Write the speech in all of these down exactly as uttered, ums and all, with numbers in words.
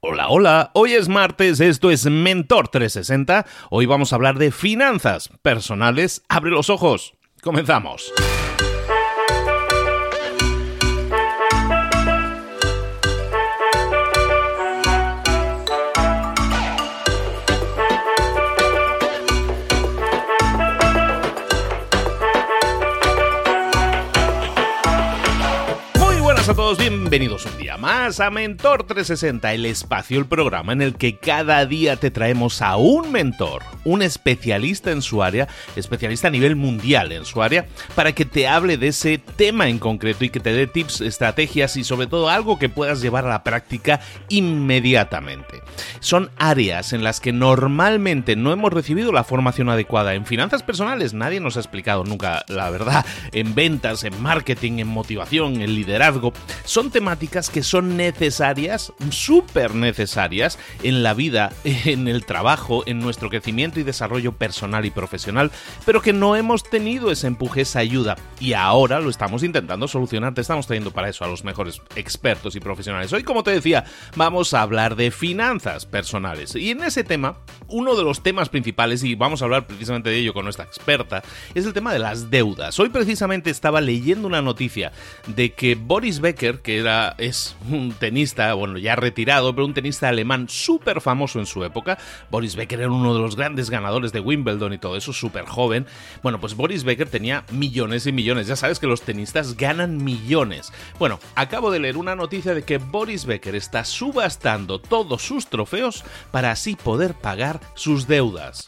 Hola, hola, hoy es martes, esto es Mentor trescientos sesenta, hoy vamos a hablar de finanzas personales. ¡Abre los ojos! ¡Comenzamos! A todos, bienvenidos un día más a Mentor trescientos sesenta, el espacio, el programa en el que cada día te traemos a un mentor, un especialista en su área, especialista a nivel mundial en su área, para que te hable de ese tema en concreto y que te dé tips, estrategias y sobre todo algo que puedas llevar a la práctica inmediatamente. Son áreas en las que normalmente no hemos recibido la formación adecuada. En finanzas personales nadie nos ha explicado nunca la verdad. En ventas, en marketing, en motivación, en liderazgo. Son temáticas que son necesarias, súper necesarias en la vida, en el trabajo, en nuestro crecimiento y desarrollo personal y profesional, pero que no hemos tenido ese empuje, esa ayuda, y ahora lo estamos intentando solucionar. Te estamos trayendo para eso a los mejores expertos y profesionales. Hoy, como te decía, vamos a hablar de finanzas personales, y en ese tema, uno de los temas principales, y vamos a hablar precisamente de ello con nuestra experta, es el tema de las deudas. Hoy precisamente estaba leyendo una noticia de que Boris Becker, que era, es un tenista, bueno, ya retirado, pero un tenista alemán súper famoso en su época. Boris Becker era uno de los grandes ganadores de Wimbledon y todo eso, súper joven. Bueno, pues Boris Becker tenía millones y millones. Ya sabes que los tenistas ganan millones. Bueno, acabo de leer una noticia de que Boris Becker está subastando todos sus trofeos para así poder pagar sus deudas.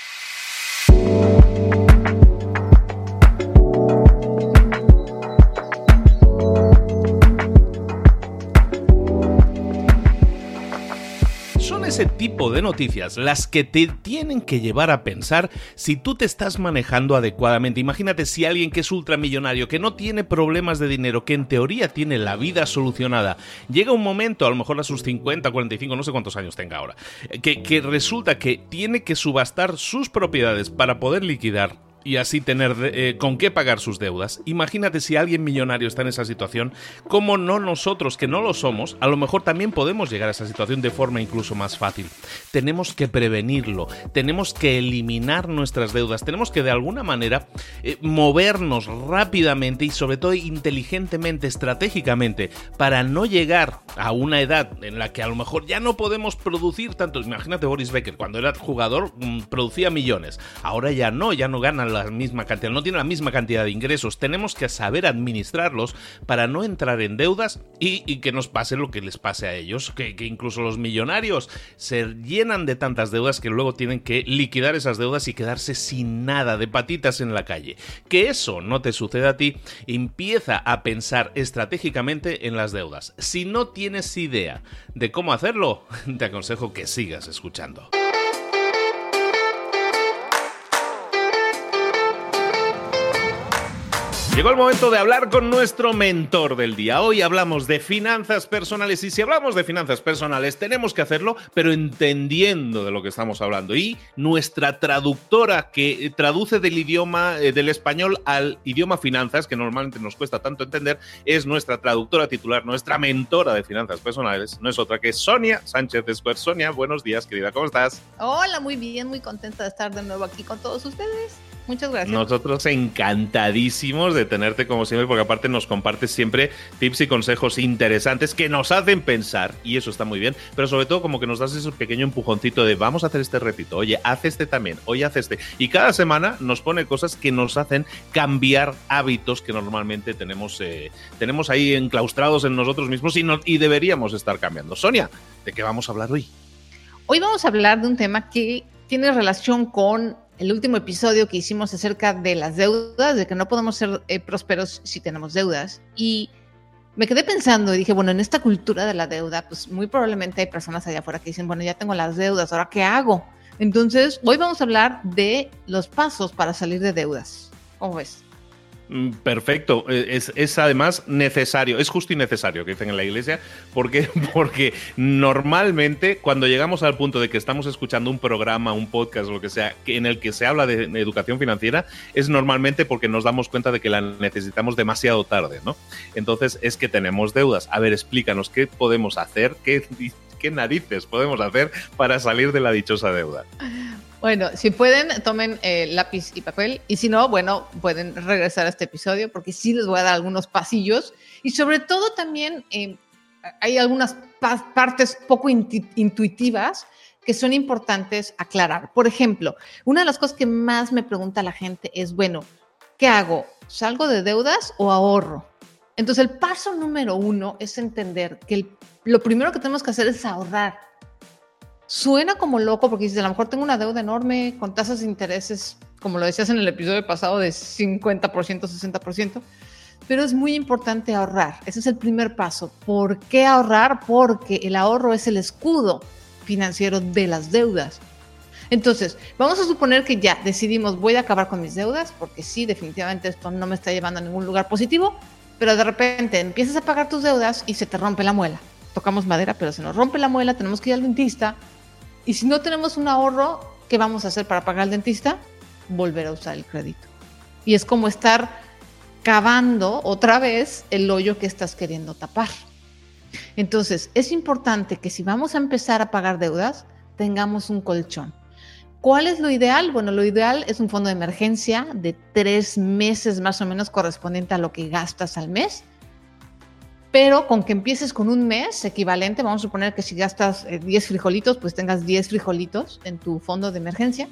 Ese tipo de noticias las que te tienen que llevar a pensar si tú te estás manejando adecuadamente. Imagínate si alguien que es ultramillonario, que no tiene problemas de dinero, que en teoría tiene la vida solucionada, llega un momento, a lo mejor a sus cincuenta, cuarenta y cinco, no sé cuántos años tenga ahora, que, que resulta que tiene que subastar sus propiedades para poder liquidar y así tener eh, con qué pagar sus deudas. Imagínate si alguien millonario está en esa situación, cómo no nosotros, que no lo somos, a lo mejor también podemos llegar a esa situación de forma incluso más fácil. Tenemos que prevenirlo, tenemos que eliminar nuestras deudas, tenemos que de alguna manera eh, movernos rápidamente y sobre todo inteligentemente, estratégicamente, para no llegar a una edad en la que a lo mejor ya no podemos producir tanto. Imagínate Boris Becker, cuando era jugador mmm, producía millones, ahora ya no, ya no gana la misma cantidad, no tiene la misma cantidad de ingresos. Tenemos que saber administrarlos para no entrar en deudas y, y que nos pase lo que les pase a ellos, que, que incluso los millonarios se llenan de tantas deudas que luego tienen que liquidar esas deudas y quedarse sin nada, de patitas en la calle. Que eso no te suceda a ti, empieza a pensar estratégicamente en las deudas. Si no tienes idea de cómo hacerlo, te aconsejo que sigas escuchando. Llegó el momento de hablar con nuestro mentor del día. Hoy hablamos de finanzas personales y si hablamos de finanzas personales tenemos que hacerlo, pero entendiendo de lo que estamos hablando. Y nuestra traductora que traduce del idioma, eh, del español al idioma finanzas, que normalmente nos cuesta tanto entender, es nuestra traductora titular, nuestra mentora de finanzas personales. No es otra que Sonia Sánchez Escuer. Sonia, buenos días, querida, ¿cómo estás? Hola, muy bien, muy contenta de estar de nuevo aquí con todos ustedes. Muchas gracias. Nosotros encantadísimos de tenerte como siempre, porque aparte nos compartes siempre tips y consejos interesantes que nos hacen pensar, y eso está muy bien, pero sobre todo como que nos das ese pequeño empujoncito de vamos a hacer este repito, oye, haz este también, oye, haz este. Y cada semana nos pone cosas que nos hacen cambiar hábitos que normalmente tenemos, eh, tenemos ahí enclaustrados en nosotros mismos y, no, y deberíamos estar cambiando. Sonia, ¿de qué vamos a hablar hoy? Hoy vamos a hablar de un tema que tiene relación con el último episodio que hicimos acerca de las deudas, de que no podemos ser eh, prósperos si tenemos deudas. Y me quedé pensando y dije, bueno, en esta cultura de la deuda, pues muy probablemente hay personas allá afuera que dicen, bueno, ya tengo las deudas, ¿ahora qué hago? Entonces, hoy vamos a hablar de los pasos para salir de deudas. ¿Cómo ves? Perfecto, es, es además necesario, es justo y necesario que dicen en la iglesia, porque, porque normalmente cuando llegamos al punto de que estamos escuchando un programa, un podcast, lo que sea, en el que se habla de educación financiera, es normalmente porque nos damos cuenta de que la necesitamos demasiado tarde, ¿no? Entonces es que tenemos deudas. A ver, explícanos, ¿qué podemos hacer? ¿Qué, qué narices podemos hacer para salir de la dichosa deuda? Bueno, si pueden, tomen eh, lápiz y papel, y si no, bueno, pueden regresar a este episodio porque sí les voy a dar algunos pasillos y sobre todo también eh, hay algunas pa- partes poco intu- intuitivas que son importantes aclarar. Por ejemplo, una de las cosas que más me pregunta la gente es, bueno, ¿qué hago? ¿Salgo de deudas o ahorro? Entonces, el paso número uno es entender que el, lo primero que tenemos que hacer es ahorrar. Suena como loco porque dices, a lo mejor tengo una deuda enorme con tasas de intereses, como lo decías en el episodio pasado, de cincuenta por ciento, sesenta por ciento, pero es muy importante ahorrar. Ese es el primer paso. ¿Por qué ahorrar? Porque el ahorro es el escudo financiero de las deudas. Entonces, vamos a suponer que ya decidimos, voy a acabar con mis deudas, porque sí, definitivamente esto no me está llevando a ningún lugar positivo, pero de repente empiezas a pagar tus deudas y se te rompe la muela. Tocamos madera, pero se nos rompe la muela, tenemos que ir al dentista. Y si no tenemos un ahorro, ¿qué vamos a hacer para pagar al dentista? Volver a usar el crédito. Y es como estar cavando otra vez el hoyo que estás queriendo tapar. Entonces, es importante que si vamos a empezar a pagar deudas, tengamos un colchón. ¿Cuál es lo ideal? Bueno, lo ideal es un fondo de emergencia de tres meses más o menos correspondiente a lo que gastas al mes. Pero con que empieces con un mes equivalente, vamos a suponer que si gastas diez frijolitos, pues tengas diez frijolitos en tu fondo de emergencia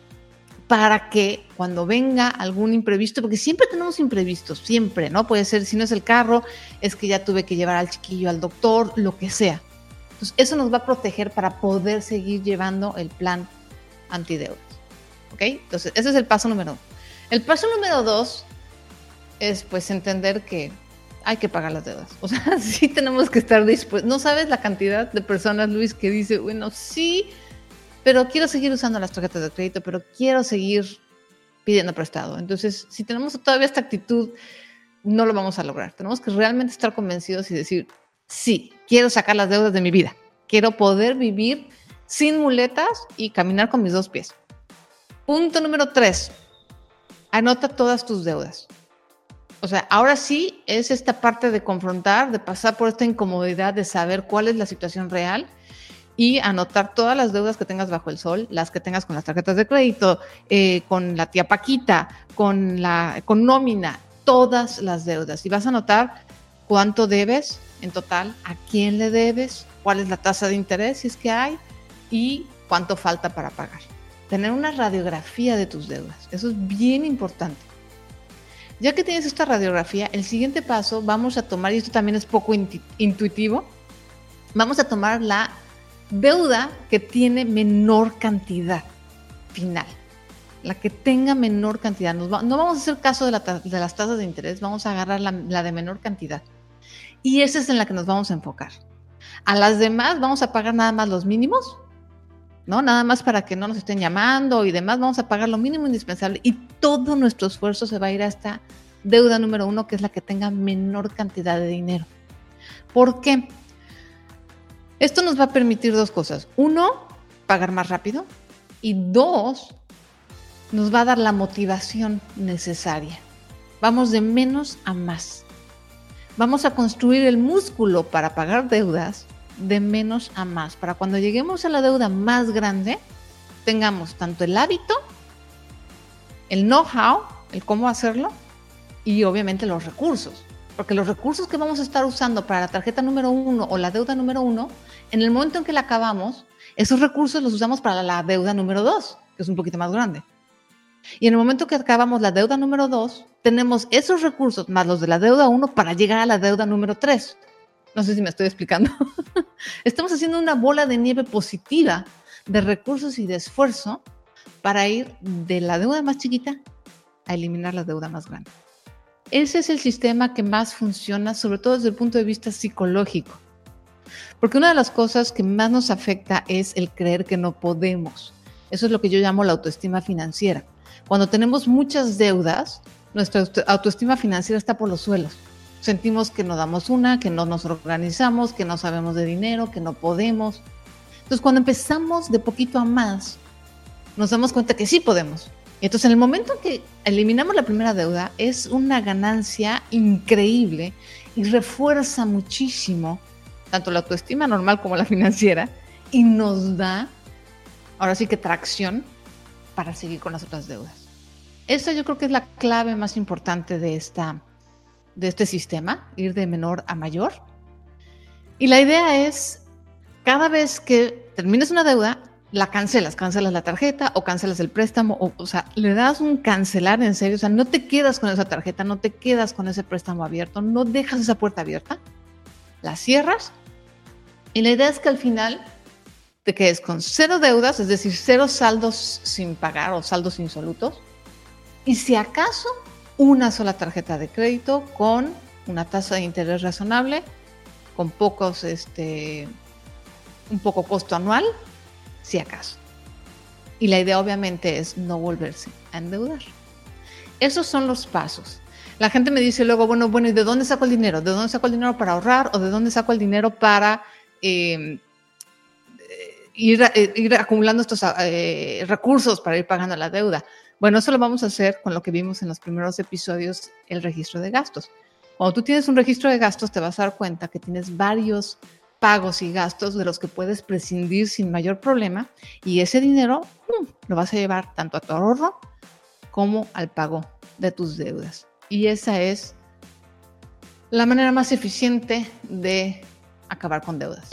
para que cuando venga algún imprevisto, porque siempre tenemos imprevistos, siempre, ¿no? Puede ser, si no es el carro, es que ya tuve que llevar al chiquillo al doctor, lo que sea. Entonces, eso nos va a proteger para poder seguir llevando el plan antideudas, ¿ok? Entonces, ese es el paso número uno. El paso número dos es, pues, entender que hay que pagar las deudas. O sea, sí tenemos que estar dispuestos. No sabes la cantidad de personas, Luis, que dice, bueno, sí, pero quiero seguir usando las tarjetas de crédito, pero quiero seguir pidiendo prestado. Entonces, si tenemos todavía esta actitud, no lo vamos a lograr. Tenemos que realmente estar convencidos y decir, sí, quiero sacar las deudas de mi vida. Quiero poder vivir sin muletas y caminar con mis dos pies. Punto número tres. Anota todas tus deudas. O sea, ahora sí es esta parte de confrontar, de pasar por esta incomodidad de saber cuál es la situación real y anotar todas las deudas que tengas bajo el sol, las que tengas con las tarjetas de crédito, eh, con la tía Paquita, con la con nómina, todas las deudas. Y vas a anotar cuánto debes en total, a quién le debes, cuál es la tasa de interés, si es que hay, y cuánto falta para pagar. Tener una radiografía de tus deudas. Eso es bien importante. Ya que tienes esta radiografía, el siguiente paso vamos a tomar, y esto también es poco intu- intuitivo, vamos a tomar la deuda que tiene menor cantidad final, la que tenga menor cantidad. Nos va, no vamos a hacer caso de, la, de las tasas de interés, vamos a agarrar la, la de menor cantidad. Y esa es en la que nos vamos a enfocar. A las demás vamos a pagar nada más los mínimos, ¿no? Nada más para que no nos estén llamando y demás, vamos a pagar lo mínimo indispensable y todo nuestro esfuerzo se va a ir a esta deuda número uno, que es la que tenga menor cantidad de dinero. ¿Por qué? Esto nos va a permitir dos cosas. Uno, pagar más rápido, y dos, nos va a dar la motivación necesaria. Vamos de menos a más. Vamos a construir el músculo para pagar deudas de menos a más, para cuando lleguemos a la deuda más grande, tengamos tanto el hábito, el know-how, el cómo hacerlo, y obviamente los recursos. Porque los recursos que vamos a estar usando para la tarjeta número uno o la deuda número uno, en el momento en que la acabamos, esos recursos los usamos para la deuda número dos, que es un poquito más grande. Y en el momento que acabamos la deuda número dos, tenemos esos recursos más los de la deuda uno para llegar a la deuda número tres. No sé si me estoy explicando. Estamos haciendo una bola de nieve positiva de recursos y de esfuerzo para ir de la deuda más chiquita a eliminar la deuda más grande. Ese es el sistema que más funciona, sobre todo desde el punto de vista psicológico. Porque una de las cosas que más nos afecta es el creer que no podemos. Eso es lo que yo llamo la autoestima financiera. Cuando tenemos muchas deudas, nuestra autoestima financiera está por los suelos. Sentimos que no damos una, que no nos organizamos, que no sabemos de dinero, que no podemos. Entonces, cuando empezamos de poquito a más, nos damos cuenta que sí podemos. Entonces, en el momento en que eliminamos la primera deuda, es una ganancia increíble y refuerza muchísimo tanto la autoestima normal como la financiera, y nos da, ahora sí que tracción para seguir con las otras deudas. Esta yo creo que es la clave más importante de, esta, de este sistema, ir de menor a mayor. Y la idea es, cada vez que termines una deuda, la cancelas, cancelas la tarjeta o cancelas el préstamo, o, o sea, le das un cancelar en serio, o sea, no te quedas con esa tarjeta, no te quedas con ese préstamo abierto, no dejas esa puerta abierta, la cierras, y la idea es que al final te quedes con cero deudas, es decir, cero saldos sin pagar o saldos insolutos, y si acaso una sola tarjeta de crédito con una tasa de interés razonable, con pocos, este, un poco costo anual, si acaso. Y la idea obviamente es no volverse a endeudar. Esos son los pasos. La gente me dice luego, bueno, bueno, ¿y de dónde saco el dinero? ¿De dónde saco el dinero para ahorrar? ¿O de dónde saco el dinero para eh, ir, eh, ir acumulando estos eh, recursos para ir pagando la deuda? Bueno, eso lo vamos a hacer con lo que vimos en los primeros episodios, el registro de gastos. Cuando tú tienes un registro de gastos, te vas a dar cuenta que tienes varios pagos y gastos de los que puedes prescindir sin mayor problema, y ese dinero ¡pum!, lo vas a llevar tanto a tu ahorro como al pago de tus deudas. Y esa es la manera más eficiente de acabar con deudas.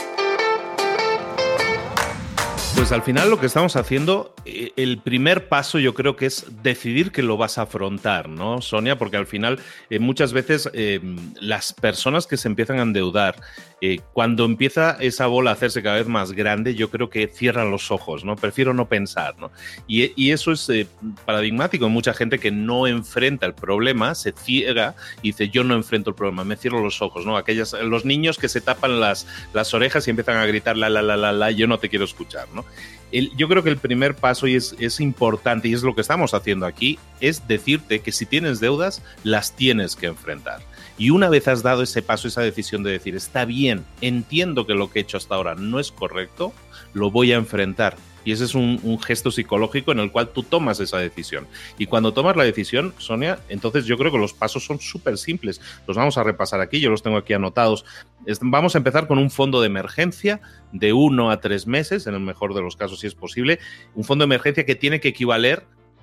Pues al final lo que estamos haciendo, el primer paso yo creo que es decidir que lo vas a afrontar, ¿no, Sonia? Porque al final eh, muchas veces eh, las personas que se empiezan a endeudar, eh, cuando empieza esa bola a hacerse cada vez más grande, yo creo que cierran los ojos, ¿no? Prefiero no pensar, ¿no? Y, y eso es eh, paradigmático en mucha gente que no enfrenta el problema, se ciega y dice, yo no enfrento el problema, me cierro los ojos, ¿no? Aquellas, los niños que se tapan las, las orejas y empiezan a gritar la, la, la, la, la, yo no te quiero escuchar, ¿no? El, yo creo que el primer paso, y es, es importante, y es lo que estamos haciendo aquí, es decirte que si tienes deudas, las tienes que enfrentar. Y una vez has dado ese paso, esa decisión de decir, está bien, entiendo que lo que he hecho hasta ahora no es correcto, lo voy a enfrentar. Y ese es un, un gesto psicológico en el cual tú tomas esa decisión. Y cuando tomas la decisión, Sonia, entonces yo creo que los pasos son súper simples. Los vamos a repasar aquí, yo los tengo aquí anotados. Vamos a empezar con un fondo de emergencia de uno a tres meses, en el mejor de los casos si es posible. Un fondo de emergencia que tiene que equivaler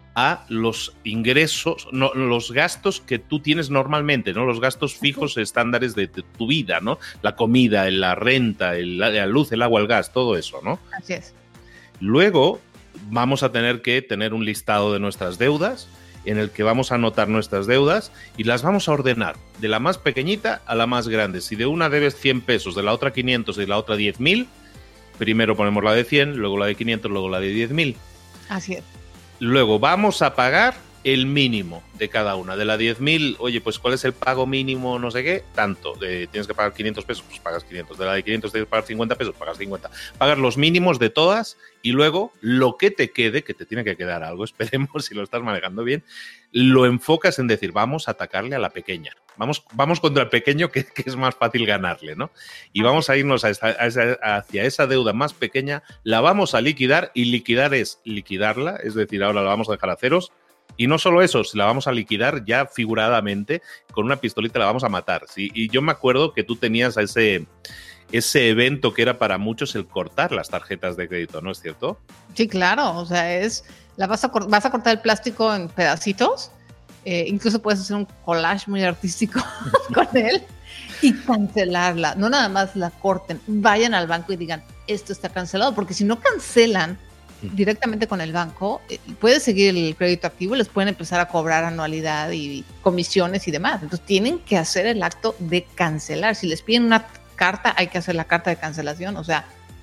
a los ingresos, no, los gastos que tú tienes normalmente, ¿no? Los gastos fijos estándares de, de tu vida, ¿no? La comida, la renta, el, la luz, el agua, el gas, todo eso, ¿no? Así es. Luego vamos a tener que tener un listado de nuestras deudas en el que vamos a anotar nuestras deudas y las vamos a ordenar de la más pequeñita a la más grande. Si de una debes cien pesos, de la otra quinientos y de la otra diez mil, primero ponemos la de cien, luego la de quinientos, luego la de diez mil. Así es. Luego vamos a pagar el mínimo de cada una. De la diez mil, oye, pues ¿cuál es el pago mínimo? No sé qué, tanto. De, tienes que pagar quinientos pesos, pues pagas quinientos. De la de quinientos tienes que pagar cincuenta pesos, pagas cincuenta. Pagas los mínimos de todas y luego lo que te quede, que te tiene que quedar algo, esperemos si lo estás manejando bien, lo enfocas en decir, vamos a atacarle a la pequeña. Vamos, vamos contra el pequeño, que, que es más fácil ganarle, ¿no? Y vamos a irnos a esta, a esa, hacia esa deuda más pequeña, la vamos a liquidar, y liquidar es liquidarla, es decir, ahora la vamos a dejar a ceros. Y no solo eso, si la vamos a liquidar ya figuradamente, con una pistolita la vamos a matar. ¿Sí? Y yo me acuerdo que tú tenías ese, ese evento que era para muchos el cortar las tarjetas de crédito, ¿no es cierto? Sí, claro, o sea, es la vas a, vas a cortar el plástico en pedacitos, eh, incluso puedes hacer un collage muy artístico con él y cancelarla. No nada más la corten, vayan al banco y digan, esto está cancelado, porque si no cancelan directamente con el banco, eh, puede seguir el crédito activo y les pueden empezar a cobrar anualidad y comisiones y demás. Entonces tienen que hacer el acto de cancelar. Si les piden una carta, hay que hacer la carta de cancelación, o sea,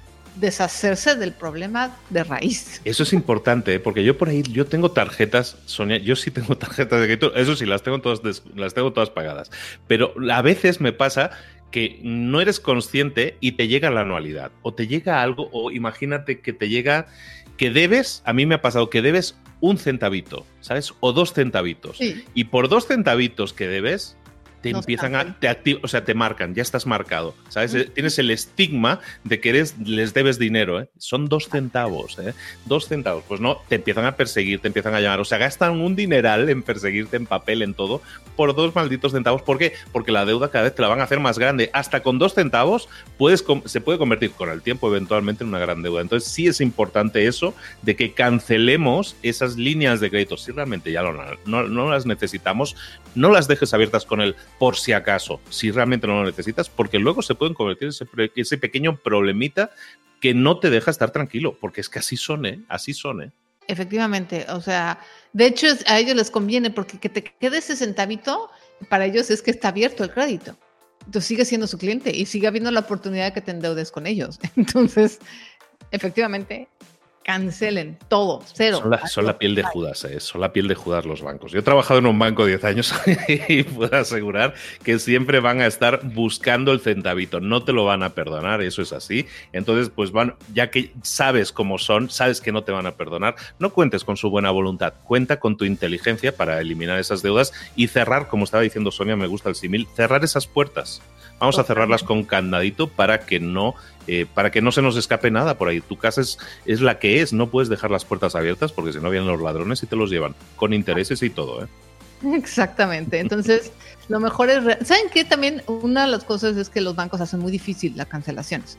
deshacerse del problema de raíz. Eso es importante, ¿eh? Porque yo por ahí, yo tengo tarjetas, Sonia, yo sí tengo tarjetas de crédito, eso sí, las tengo todas, des, las tengo todas pagadas, pero a veces me pasa que no eres consciente y te llega la anualidad, o te llega algo, o imagínate que te llega que debes, a mí me ha pasado que debes un centavito, ¿sabes? O dos centavitos. Sí. Y por dos centavitos que debes, te no empiezan a, te activ, o sea, te marcan, ya estás marcado, ¿sabes? Uh-huh. Tienes el estigma de que eres, les debes dinero, ¿eh? Son dos centavos, ¿eh? Dos centavos, pues no, te empiezan a perseguir, te empiezan a llamar, o sea, gastan un dineral en perseguirte en papel, en todo, por dos malditos centavos. ¿Por qué? Porque la deuda cada vez te la van a hacer más grande. Hasta con dos centavos puedes, se puede convertir con el tiempo eventualmente en una gran deuda. Entonces sí es importante eso, de que cancelemos esas líneas de crédito. Si realmente ya no, no, no las necesitamos, no las dejes abiertas con el por si acaso, si realmente no lo necesitas, porque luego se pueden convertir en ese, ese pequeño problemita que no te deja estar tranquilo, porque es que así son, ¿eh? Así son, ¿eh? Efectivamente, o sea, de hecho a ellos les conviene porque que te quede ese centavito, para ellos es que está abierto el crédito. Entonces sigue siendo su cliente y sigue habiendo la oportunidad de que te endeudes con ellos. Entonces, efectivamente, cancelen todo, cero. Son la, son la piel de Judas, ¿eh? Son la piel de Judas los bancos. Yo he trabajado en un banco diez años y puedo asegurar que siempre van a estar buscando el centavito. No te lo van a perdonar, eso es así. Entonces, pues van, ya que sabes cómo son, sabes que no te van a perdonar, no cuentes con su buena voluntad. Cuenta con tu inteligencia para eliminar esas deudas y cerrar, como estaba diciendo Sonia, me gusta el símil, cerrar esas puertas. Vamos a cerrarlas con candadito para que no eh, para que no se nos escape nada por ahí. Tu casa es, es la que es, no puedes dejar las puertas abiertas porque si no vienen los ladrones y te los llevan, con intereses y todo, ¿eh? Exactamente. Entonces, lo mejor es... Re- ¿Saben qué? También una de las cosas es que los bancos hacen muy difícil las cancelaciones.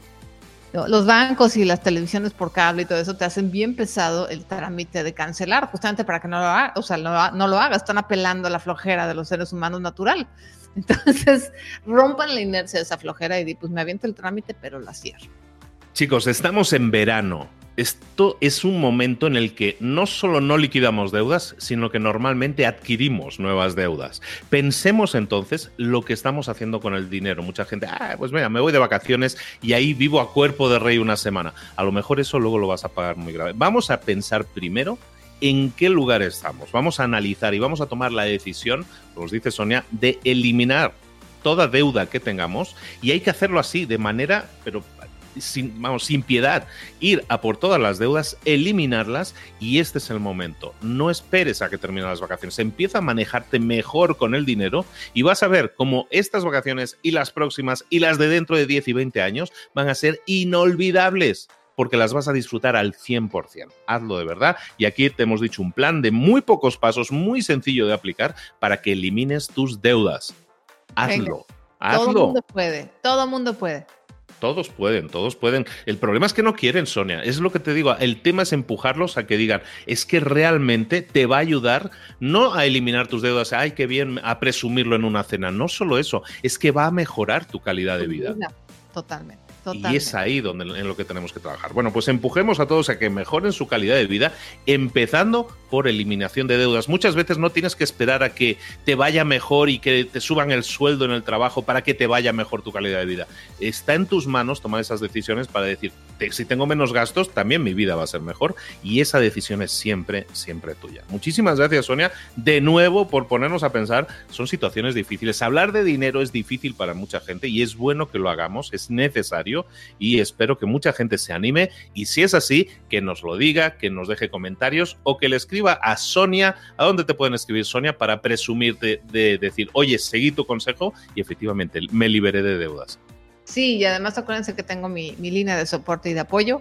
Los bancos y las televisiones por cable y todo eso te hacen bien pesado el trámite de cancelar, justamente para que no lo hagas, o sea, no, no lo hagas. Están apelando a la flojera de los seres humanos natural. Entonces, rompan la inercia de esa flojera y di, pues me aviento el trámite, pero la cierro. Chicos, estamos en verano. Esto es un momento en el que no solo no liquidamos deudas, sino que normalmente adquirimos nuevas deudas. Pensemos entonces lo que estamos haciendo con el dinero. Mucha gente, ah, pues mira, me voy de vacaciones y ahí vivo a cuerpo de rey una semana. A lo mejor eso luego lo vas a pagar muy grave. Vamos a pensar primero en qué lugar estamos. Vamos a analizar y vamos a tomar la decisión, como os dice Sonia, de eliminar toda deuda que tengamos, y hay que hacerlo así, de manera, pero sin, vamos, sin piedad, ir a por todas las deudas, eliminarlas, y este es el momento. No esperes a que terminen las vacaciones, empieza a manejarte mejor con el dinero y vas a ver cómo estas vacaciones y las próximas y las de dentro de diez y veinte años van a ser inolvidables, porque las vas a disfrutar al cien por ciento. Hazlo de verdad. Y aquí te hemos dicho un plan de muy pocos pasos, muy sencillo de aplicar para que elimines tus deudas. Hazlo. Venga, hazlo. Todo el mundo puede. Todo el mundo puede. Todos pueden, todos pueden. El problema es que no quieren, Sonia. Es lo que te digo. El tema es empujarlos a que digan, es que realmente te va a ayudar no a eliminar tus deudas, ay, qué bien, a presumirlo en una cena. No solo eso, es que va a mejorar tu calidad de vida. Totalmente. Totalmente. Y es ahí donde, en lo que tenemos que trabajar. Bueno, pues empujemos a todos a que mejoren su calidad de vida, empezando por eliminación de deudas. Muchas veces no tienes que esperar a que te vaya mejor y que te suban el sueldo en el trabajo para que te vaya mejor tu calidad de vida. Está en tus manos tomar esas decisiones para decir, si tengo menos gastos, también mi vida va a ser mejor, y esa decisión es siempre, siempre tuya. Muchísimas gracias, Sonia, de nuevo por ponernos a pensar. Son situaciones difíciles. Hablar de dinero es difícil para mucha gente y es bueno que lo hagamos, es necesario. Y espero que mucha gente se anime, y si es así, que nos lo diga, que nos deje comentarios o que le escriba a Sonia. ¿A dónde te pueden escribir, Sonia, para presumirte de decir, oye, seguí tu consejo y efectivamente me liberé de deudas? Sí, y además acuérdense que tengo mi, mi línea de soporte y de apoyo.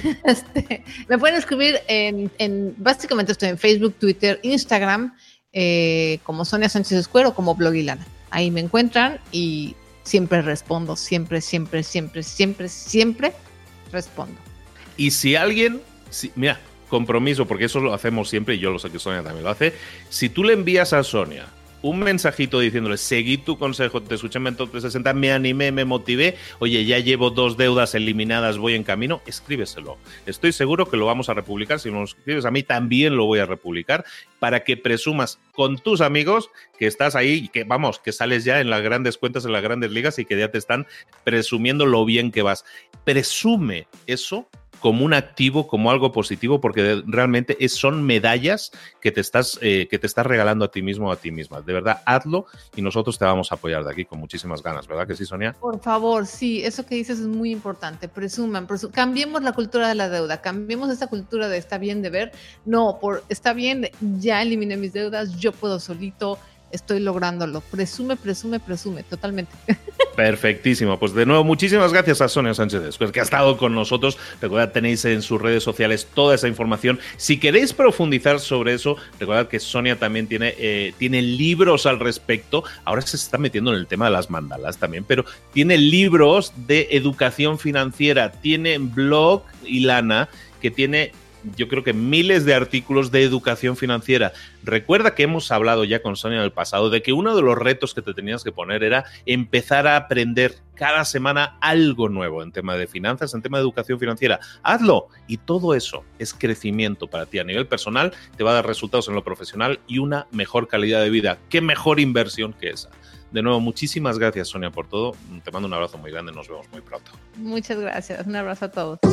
este, me pueden escribir en, en, básicamente estoy en Facebook, Twitter, Instagram, eh, como Sonia Sánchez Escuero, como Blogilana. Ahí me encuentran y siempre respondo, siempre, siempre, siempre, siempre, siempre respondo. Y si alguien, si, mira, compromiso, porque eso lo hacemos siempre y yo lo sé que Sonia también lo hace, si tú le envías a Sonia un mensajito diciéndole, seguí tu consejo, te escuché en Mentor trescientos sesenta, me animé, me motivé, oye, ya llevo dos deudas eliminadas, voy en camino, escríbeselo. Estoy seguro que lo vamos a republicar. Si me lo escribes a mí, también lo voy a republicar, para que presumas con tus amigos que estás ahí y que, vamos, que sales ya en las grandes cuentas, en las grandes ligas, y que ya te están presumiendo lo bien que vas. Presume eso como un activo, como algo positivo, porque realmente es, son medallas que te estás eh, que te estás regalando a ti mismo o a ti misma. De verdad, hazlo y nosotros te vamos a apoyar de aquí con muchísimas ganas, ¿verdad que sí, Sonia? Por favor, sí, eso que dices es muy importante. Presuman, presu- cambiemos la cultura de la deuda, cambiemos esa cultura de está bien de ver, no, por está bien, ya eliminé mis deudas, yo puedo solito, estoy lográndolo. Presume, presume, presume, totalmente. Perfectísimo. Pues de nuevo, muchísimas gracias a Sonia Sánchez Escuer, que ha estado con nosotros. Recordad, tenéis en sus redes sociales toda esa información. Si queréis profundizar sobre eso, recordad que Sonia también tiene, eh, tiene libros al respecto. Ahora se está metiendo en el tema de las mandalas también, pero tiene libros de educación financiera, tiene blog Ilana, que tiene, yo creo que miles de artículos de educación financiera. Recuerda que hemos hablado ya con Sonia en el pasado de que uno de los retos que te tenías que poner era empezar a aprender cada semana algo nuevo en tema de finanzas, en tema de educación financiera. Hazlo, y todo eso es crecimiento para ti a nivel personal, te va a dar resultados en lo profesional y una mejor calidad de vida. ¿Qué mejor inversión que esa? De nuevo, muchísimas gracias, Sonia, por todo. Te mando un abrazo muy grande, nos vemos muy pronto. Muchas gracias, un abrazo a todos.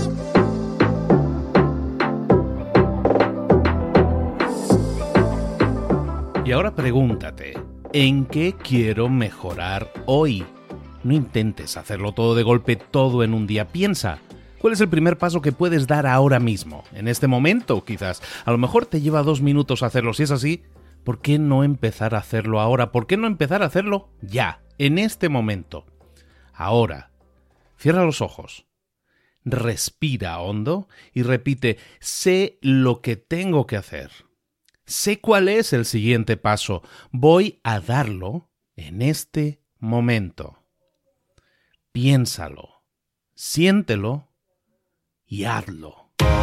Y ahora pregúntate, ¿en qué quiero mejorar hoy? No intentes hacerlo todo de golpe, todo en un día. Piensa, ¿cuál es el primer paso que puedes dar ahora mismo? En este momento, quizás. A lo mejor te lleva dos minutos hacerlo. Si es así, ¿por qué no empezar a hacerlo ahora? ¿Por qué no empezar a hacerlo ya, en este momento? Ahora, cierra los ojos, respira hondo y repite, sé lo que tengo que hacer. Sé cuál es el siguiente paso. Voy a darlo en este momento. Piénsalo, siéntelo y hazlo.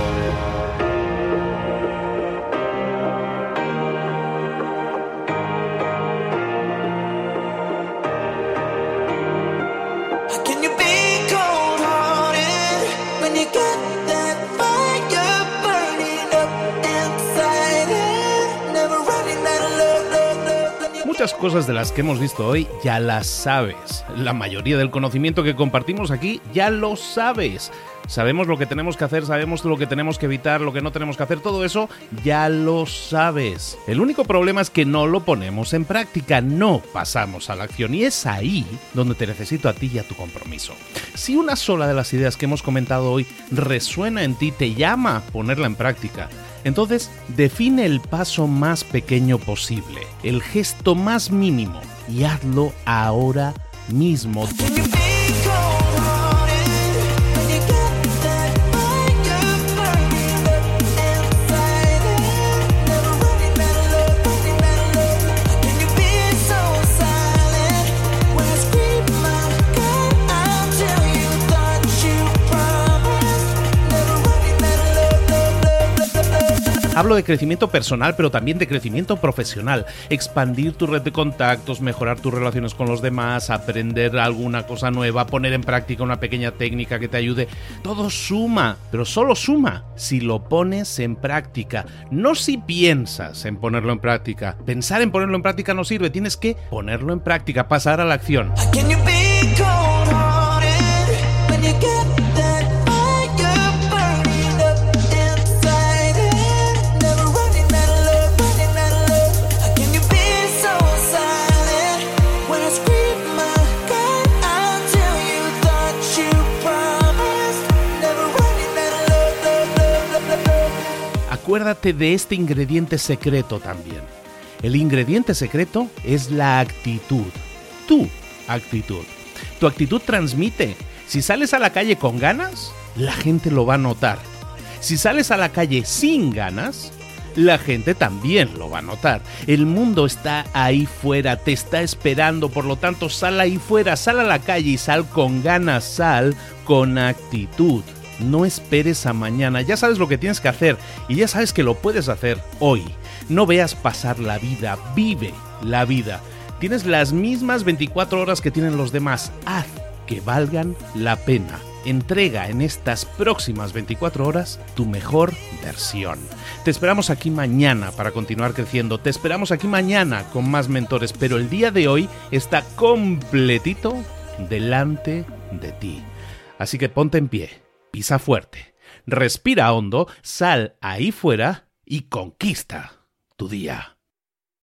Muchas cosas de las que hemos visto hoy ya las sabes. La mayoría del conocimiento que compartimos aquí ya lo sabes. Sabemos lo que tenemos que hacer, sabemos lo que tenemos que evitar, lo que no tenemos que hacer, todo eso ya lo sabes. El único problema es que no lo ponemos en práctica, no pasamos a la acción, y es ahí donde te necesito a ti y a tu compromiso. Si una sola de las ideas que hemos comentado hoy resuena en ti, te llama a ponerla en práctica, entonces define el paso más pequeño posible, el gesto más mínimo, y hazlo ahora mismo. Hablo de crecimiento personal, pero también de crecimiento profesional. Expandir tu red de contactos, mejorar tus relaciones con los demás, aprender alguna cosa nueva, poner en práctica una pequeña técnica que te ayude. Todo suma, pero solo suma si lo pones en práctica. No si piensas en ponerlo en práctica. Pensar en ponerlo en práctica no sirve. Tienes que ponerlo en práctica, pasar a la acción. Acuérdate de este ingrediente secreto también. El ingrediente secreto es la actitud. Tu actitud. Tu actitud transmite. Si sales a la calle con ganas, la gente lo va a notar. Si sales a la calle sin ganas, la gente también lo va a notar. El mundo está ahí fuera, te está esperando, por lo tanto, sal ahí fuera, sal a la calle y sal con ganas, sal con actitud. No esperes a mañana, ya sabes lo que tienes que hacer y ya sabes que lo puedes hacer hoy. No veas pasar la vida, vive la vida. Tienes las mismas veinticuatro horas que tienen los demás, haz que valgan la pena. Entrega en estas próximas veinticuatro horas tu mejor versión. Te esperamos aquí mañana para continuar creciendo, te esperamos aquí mañana con más mentores, pero el día de hoy está completito delante de ti. Así que ponte en pie. Pisa fuerte, respira hondo, sal ahí fuera y conquista tu día.